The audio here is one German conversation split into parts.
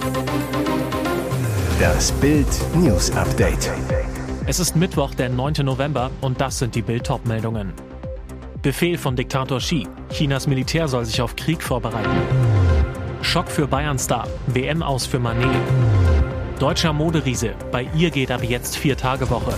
Das Bild News Update. Es ist Mittwoch, der 9. November und das sind die Bild-Top-Meldungen. Befehl von Diktator Xi. Chinas Militär soll sich auf Krieg vorbereiten. Schock für Bayern-Star. WM aus für Mané. Deutscher Moderiese. Bei ihr geht ab jetzt 4-Tage-Woche.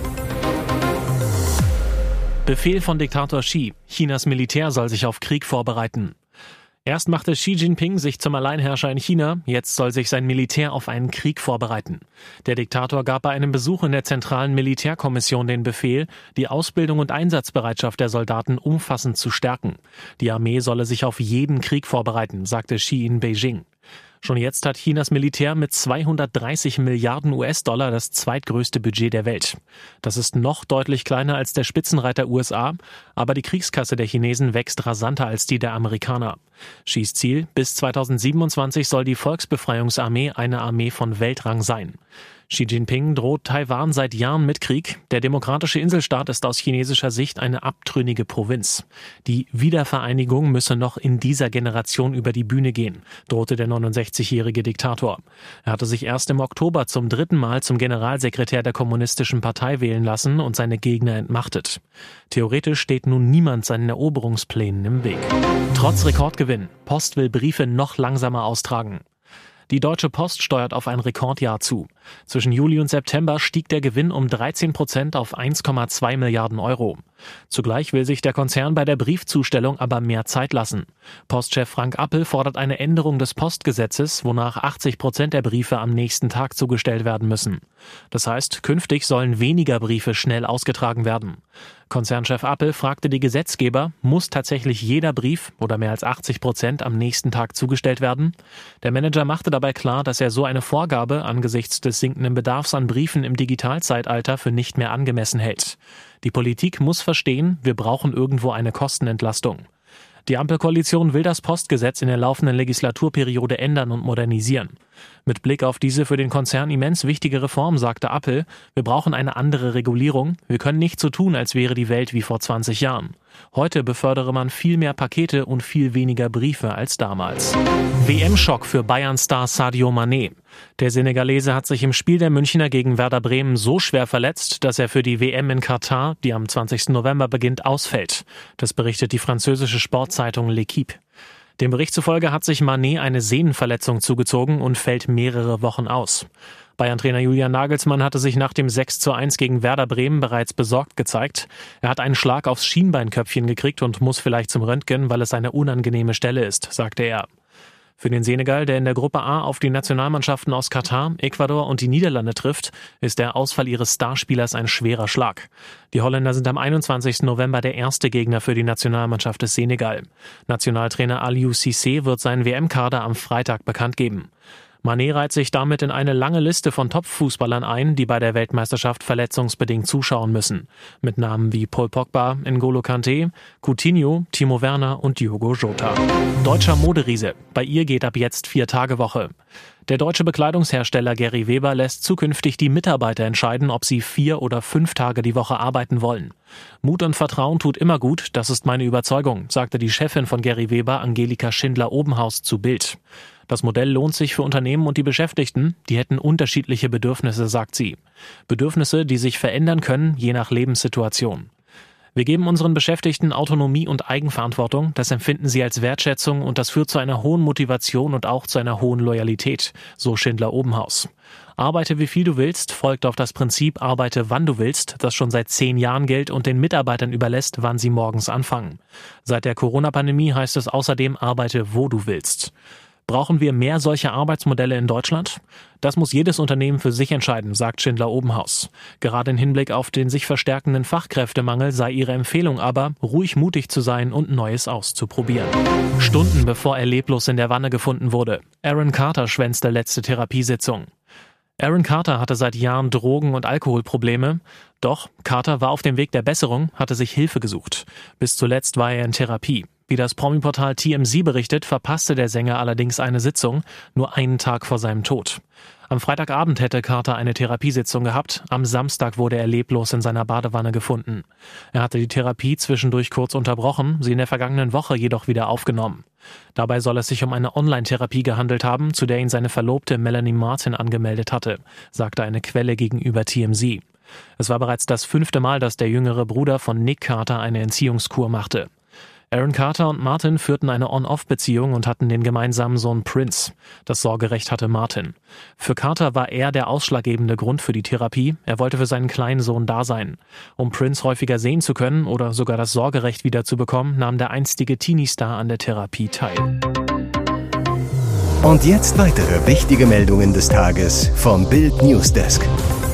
Befehl von Diktator Xi. Chinas Militär soll sich auf Krieg vorbereiten. Erst machte Xi Jinping sich zum Alleinherrscher in China, jetzt soll sich sein Militär auf einen Krieg vorbereiten. Der Diktator gab bei einem Besuch in der Zentralen Militärkommission den Befehl, die Ausbildung und Einsatzbereitschaft der Soldaten umfassend zu stärken. Die Armee solle sich auf jeden Krieg vorbereiten, sagte Xi in Beijing. Schon jetzt hat Chinas Militär mit 230 Milliarden US-Dollar das zweitgrößte Budget der Welt. Das ist noch deutlich kleiner als der Spitzenreiter USA, aber die Kriegskasse der Chinesen wächst rasanter als die der Amerikaner. Xis Ziel: bis 2027 soll die Volksbefreiungsarmee eine Armee von Weltrang sein. Xi Jinping droht Taiwan seit Jahren mit Krieg. Der demokratische Inselstaat ist aus chinesischer Sicht eine abtrünnige Provinz. Die Wiedervereinigung müsse noch in dieser Generation über die Bühne gehen, drohte der 69-jährige Diktator. Er hatte sich erst im Oktober zum 3. Mal zum Generalsekretär der Kommunistischen Partei wählen lassen und seine Gegner entmachtet. Theoretisch steht nun niemand seinen Eroberungsplänen im Weg. Trotz Rekordgewinn. Post will Briefe noch langsamer austragen. Die Deutsche Post steuert auf ein Rekordjahr zu. Zwischen Juli und September stieg der Gewinn um 13% auf 1,2 Milliarden Euro. Zugleich will sich der Konzern bei der Briefzustellung aber mehr Zeit lassen. Postchef Frank Appel fordert eine Änderung des Postgesetzes, wonach 80% der Briefe am nächsten Tag zugestellt werden müssen. Das heißt, künftig sollen weniger Briefe schnell ausgetragen werden. Konzernchef Appel fragte die Gesetzgeber, muss tatsächlich jeder Brief oder mehr als 80% am nächsten Tag zugestellt werden? Der Manager machte dabei klar, dass er so eine Vorgabe angesichts des sinkenden Bedarfs an Briefen im Digitalzeitalter für nicht mehr angemessen hält. Die Politik muss verstehen, wir brauchen irgendwo eine Kostenentlastung. Die Ampelkoalition will das Postgesetz in der laufenden Legislaturperiode ändern und modernisieren. Mit Blick auf diese für den Konzern immens wichtige Reform sagte Appel, wir brauchen eine andere Regulierung, wir können nicht so tun, als wäre die Welt wie vor 20 Jahren. Heute befördere man viel mehr Pakete und viel weniger Briefe als damals. WM-Schock für Bayern-Star Sadio Mané. Der Senegalese hat sich im Spiel der Münchner gegen Werder Bremen so schwer verletzt, dass er für die WM in Katar, die am 20. November beginnt, ausfällt. Das berichtet die französische Sportzeitung L'Équipe. Dem Bericht zufolge hat sich Mané eine Sehnenverletzung zugezogen und fällt mehrere Wochen aus. Bayern-Trainer Julian Nagelsmann hatte sich nach dem 6:1 gegen Werder Bremen bereits besorgt gezeigt. Er hat einen Schlag aufs Schienbeinköpfchen gekriegt und muss vielleicht zum Röntgen, weil es eine unangenehme Stelle ist, sagte er. Für den Senegal, der in der Gruppe A auf die Nationalmannschaften aus Katar, Ecuador und die Niederlande trifft, ist der Ausfall ihres Starspielers ein schwerer Schlag. Die Holländer sind am 21. November der erste Gegner für die Nationalmannschaft des Senegal. Nationaltrainer Aliou Cissé wird seinen WM-Kader am Freitag bekannt geben. Mané reiht sich damit in eine lange Liste von Top-Fußballern ein, die bei der Weltmeisterschaft verletzungsbedingt zuschauen müssen. Mit Namen wie Paul Pogba, N'Golo Kanté, Coutinho, Timo Werner und Diogo Jota. Deutscher Moderiese. Bei ihr geht ab jetzt 4-Tage-Woche. Der deutsche Bekleidungshersteller Gary Weber lässt zukünftig die Mitarbeiter entscheiden, ob sie 4 oder 5 Tage die Woche arbeiten wollen. Mut und Vertrauen tut immer gut, das ist meine Überzeugung, sagte die Chefin von Gary Weber, Angelika Schindler-Obenhaus, zu Bild. Das Modell lohnt sich für Unternehmen und die Beschäftigten, die hätten unterschiedliche Bedürfnisse, sagt sie. Bedürfnisse, die sich verändern können, je nach Lebenssituation. Wir geben unseren Beschäftigten Autonomie und Eigenverantwortung, das empfinden sie als Wertschätzung und das führt zu einer hohen Motivation und auch zu einer hohen Loyalität, so Schindler-Obenhaus. Arbeite wie viel du willst folgt auf das Prinzip Arbeite wann du willst, das schon seit 10 Jahren gilt und den Mitarbeitern überlässt, wann sie morgens anfangen. Seit der Corona-Pandemie heißt es außerdem Arbeite wo du willst. Brauchen wir mehr solcher Arbeitsmodelle in Deutschland? Das muss jedes Unternehmen für sich entscheiden, sagt Schindler-Obenhaus. Gerade im Hinblick auf den sich verstärkenden Fachkräftemangel sei ihre Empfehlung aber, ruhig mutig zu sein und Neues auszuprobieren. Stunden bevor er leblos in der Wanne gefunden wurde. Aaron Carter schwänzte letzte Therapiesitzung. Aaron Carter hatte seit Jahren Drogen- und Alkoholprobleme. Doch Carter war auf dem Weg der Besserung, hatte sich Hilfe gesucht. Bis zuletzt war er in Therapie. Wie das Promi-Portal TMZ berichtet, verpasste der Sänger allerdings eine Sitzung, nur einen Tag vor seinem Tod. Am Freitagabend hätte Carter eine Therapiesitzung gehabt, am Samstag wurde er leblos in seiner Badewanne gefunden. Er hatte die Therapie zwischendurch kurz unterbrochen, sie in der vergangenen Woche jedoch wieder aufgenommen. Dabei soll es sich um eine Online-Therapie gehandelt haben, zu der ihn seine Verlobte Melanie Martin angemeldet hatte, sagte eine Quelle gegenüber TMZ. Es war bereits das 5. Mal, dass der jüngere Bruder von Nick Carter eine Entziehungskur machte. Aaron Carter und Martin führten eine On-Off-Beziehung und hatten den gemeinsamen Sohn Prince. Das Sorgerecht hatte Martin. Für Carter war er der ausschlaggebende Grund für die Therapie. Er wollte für seinen kleinen Sohn da sein. Um Prince häufiger sehen zu können oder sogar das Sorgerecht wiederzubekommen, nahm der einstige Teenie-Star an der Therapie teil. Und jetzt weitere wichtige Meldungen des Tages vom Bild Newsdesk.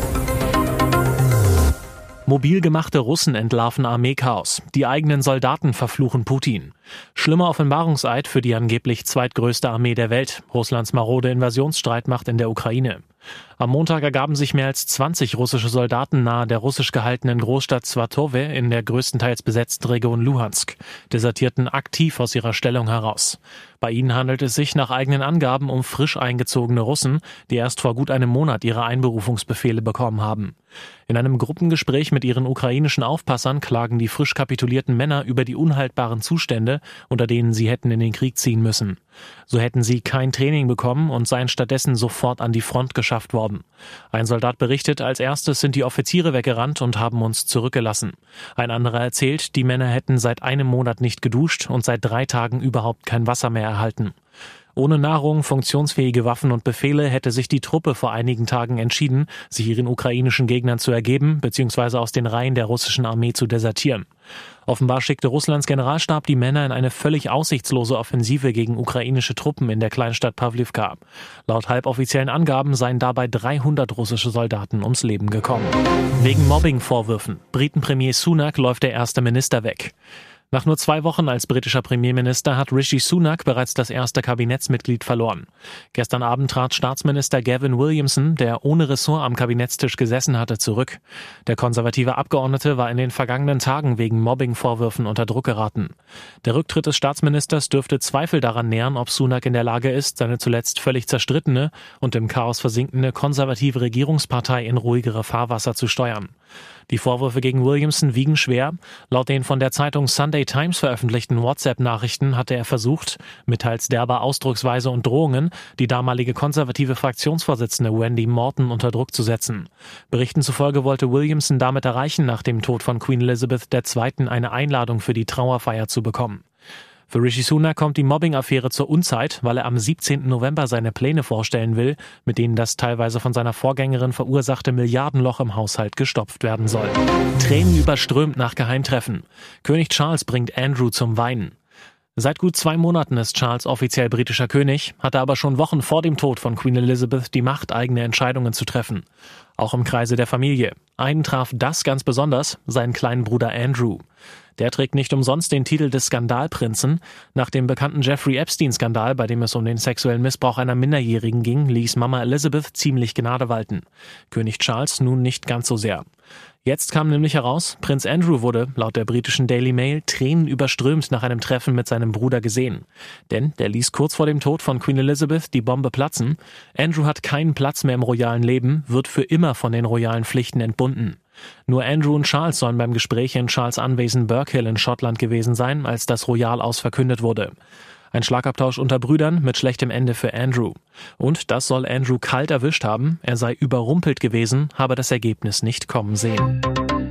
Mobil gemachte Russen entlarven Armeechaos. Die eigenen Soldaten verfluchen Putin. Schlimmer Offenbarungseid für die angeblich zweitgrößte Armee der Welt. Russlands marode Invasionsstreitmacht in der Ukraine. Am Montag ergaben sich mehr als 20 russische Soldaten nahe der russisch gehaltenen Großstadt Swatowe in der größtenteils besetzten Region Luhansk, desertierten aktiv aus ihrer Stellung heraus. Bei ihnen handelt es sich nach eigenen Angaben um frisch eingezogene Russen, die erst vor gut einem Monat ihre Einberufungsbefehle bekommen haben. In einem Gruppengespräch mit ihren ukrainischen Aufpassern klagen die frisch kapitulierten Männer über die unhaltbaren Zustände, unter denen sie hätten in den Krieg ziehen müssen. So hätten sie kein Training bekommen und seien stattdessen sofort an die Front geschafft worden. Ein Soldat berichtet, als erstes sind die Offiziere weggerannt und haben uns zurückgelassen. Ein anderer erzählt, die Männer hätten seit einem Monat nicht geduscht und seit 3 Tagen überhaupt kein Wasser mehr erhalten. Ohne Nahrung, funktionsfähige Waffen und Befehle hätte sich die Truppe vor einigen Tagen entschieden, sich ihren ukrainischen Gegnern zu ergeben bzw. aus den Reihen der russischen Armee zu desertieren. Offenbar schickte Russlands Generalstab die Männer in eine völlig aussichtslose Offensive gegen ukrainische Truppen in der Kleinstadt Pawlivka. Laut halboffiziellen Angaben seien dabei 300 russische Soldaten ums Leben gekommen. Wegen Mobbing-Vorwürfen. Briten-Premier Sunak läuft der erste Minister weg. Nach nur 2 Wochen als britischer Premierminister hat Rishi Sunak bereits das erste Kabinettsmitglied verloren. Gestern Abend trat Staatsminister Gavin Williamson, der ohne Ressort am Kabinettstisch gesessen hatte, zurück. Der konservative Abgeordnete war in den vergangenen Tagen wegen Mobbing-Vorwürfen unter Druck geraten. Der Rücktritt des Staatsministers dürfte Zweifel daran nähren, ob Sunak in der Lage ist, seine zuletzt völlig zerstrittene und im Chaos versinkende konservative Regierungspartei in ruhigere Fahrwasser zu steuern. Die Vorwürfe gegen Williamson wiegen schwer. Laut den von der Zeitung Sunday Times veröffentlichten WhatsApp-Nachrichten hatte er versucht, mit teils derber Ausdrucksweise und Drohungen, die damalige konservative Fraktionsvorsitzende Wendy Morton unter Druck zu setzen. Berichten zufolge wollte Williamson damit erreichen, nach dem Tod von Queen Elizabeth II. Eine Einladung für die Trauerfeier zu bekommen. Für Rishi Sunak kommt die Mobbing-Affäre zur Unzeit, weil er am 17. November seine Pläne vorstellen will, mit denen das teilweise von seiner Vorgängerin verursachte Milliardenloch im Haushalt gestopft werden soll. Tränen überströmt nach Geheimtreffen. König Charles bringt Andrew zum Weinen. Seit gut 2 Monaten ist Charles offiziell britischer König, hatte aber schon Wochen vor dem Tod von Queen Elizabeth die Macht, eigene Entscheidungen zu treffen. Auch im Kreise der Familie. Einen traf das ganz besonders, seinen kleinen Bruder Andrew. Der trägt nicht umsonst den Titel des Skandalprinzen. Nach dem bekannten Jeffrey Epstein-Skandal, bei dem es um den sexuellen Missbrauch einer Minderjährigen ging, ließ Mama Elizabeth ziemlich Gnade walten. König Charles nun nicht ganz so sehr. Jetzt kam nämlich heraus, Prinz Andrew wurde, laut der britischen Daily Mail, tränenüberströmt nach einem Treffen mit seinem Bruder gesehen. Denn der ließ kurz vor dem Tod von Queen Elizabeth die Bombe platzen. Andrew hat keinen Platz mehr im royalen Leben, wird für immer von den royalen Pflichten entbunden. Nur Andrew und Charles sollen beim Gespräch in Charles' Anwesen Birkhill in Schottland gewesen sein, als das Royalaus verkündet wurde. Ein Schlagabtausch unter Brüdern mit schlechtem Ende für Andrew. Und das soll Andrew kalt erwischt haben, er sei überrumpelt gewesen, habe das Ergebnis nicht kommen sehen.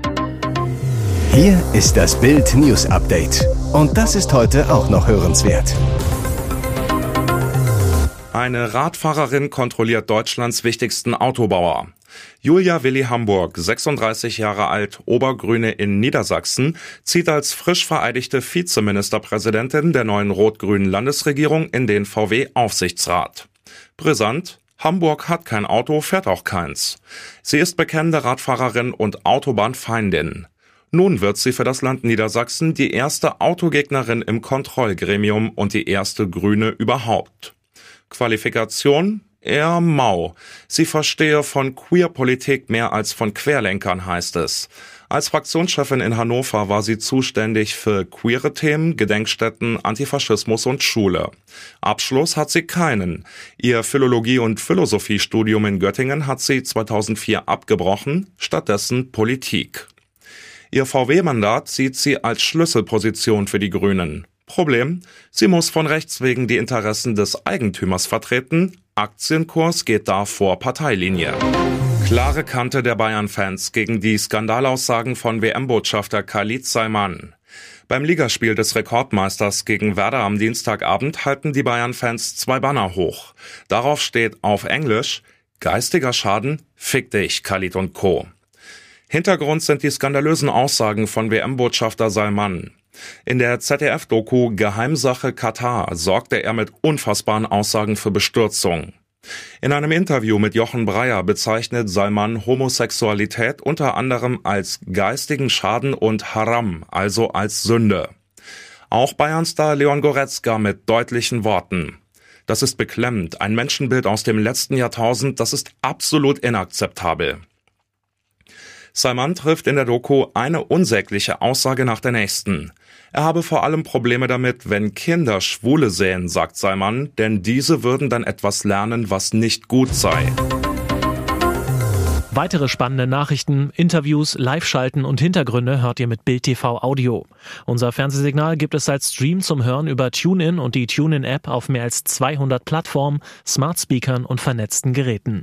Hier ist das Bild News Update. Und das ist heute auch noch hörenswert. Eine Radfahrerin kontrolliert Deutschlands wichtigsten Autobauer. Julia Willi Hamburg, 36 Jahre alt, Obergrüne in Niedersachsen, zieht als frisch vereidigte Vizeministerpräsidentin der neuen rot-grünen Landesregierung in den VW-Aufsichtsrat. Brisant: Hamburg hat kein Auto, fährt auch keins. Sie ist bekennende Radfahrerin und Autobahnfeindin. Nun wird sie für das Land Niedersachsen die erste Autogegnerin im Kontrollgremium und die erste Grüne überhaupt. Qualifikation: eher mau. Sie verstehe von Queerpolitik mehr als von Querlenkern, heißt es. Als Fraktionschefin in Hannover war sie zuständig für queere Themen, Gedenkstätten, Antifaschismus und Schule. Abschluss hat sie keinen. Ihr Philologie- und Philosophiestudium in Göttingen hat sie 2004 abgebrochen, stattdessen Politik. Ihr VW-Mandat sieht sie als Schlüsselposition für die Grünen. Problem: Sie muss von Rechts wegen die Interessen des Eigentümers vertreten. Aktienkurs geht da vor Parteilinie. Klare Kante der Bayern-Fans gegen die Skandalaussagen von WM-Botschafter Khalid Salman. Beim Ligaspiel des Rekordmeisters gegen Werder am Dienstagabend halten die Bayern-Fans 2 Banner hoch. Darauf steht auf Englisch: Geistiger Schaden, fick dich, Khalid und Co. Hintergrund sind die skandalösen Aussagen von WM-Botschafter Salman. In der ZDF-Doku Geheimsache Katar sorgte er mit unfassbaren Aussagen für Bestürzung. In einem Interview mit Jochen Breyer bezeichnet Salman Homosexualität unter anderem als geistigen Schaden und Haram, also als Sünde. Auch Bayern-Star Leon Goretzka mit deutlichen Worten: Das ist beklemmend, ein Menschenbild aus dem letzten Jahrtausend, das ist absolut inakzeptabel. Salman trifft in der Doku eine unsägliche Aussage nach der nächsten. Er habe vor allem Probleme damit, wenn Kinder Schwule sehen, sagt Salman, denn diese würden dann etwas lernen, was nicht gut sei. Weitere spannende Nachrichten, Interviews, Live-Schalten und Hintergründe hört ihr mit Bild TV Audio. Unser Fernsehsignal gibt es als Stream zum Hören über TuneIn und die TuneIn-App auf mehr als 200 Plattformen, Smart-Speakern und vernetzten Geräten.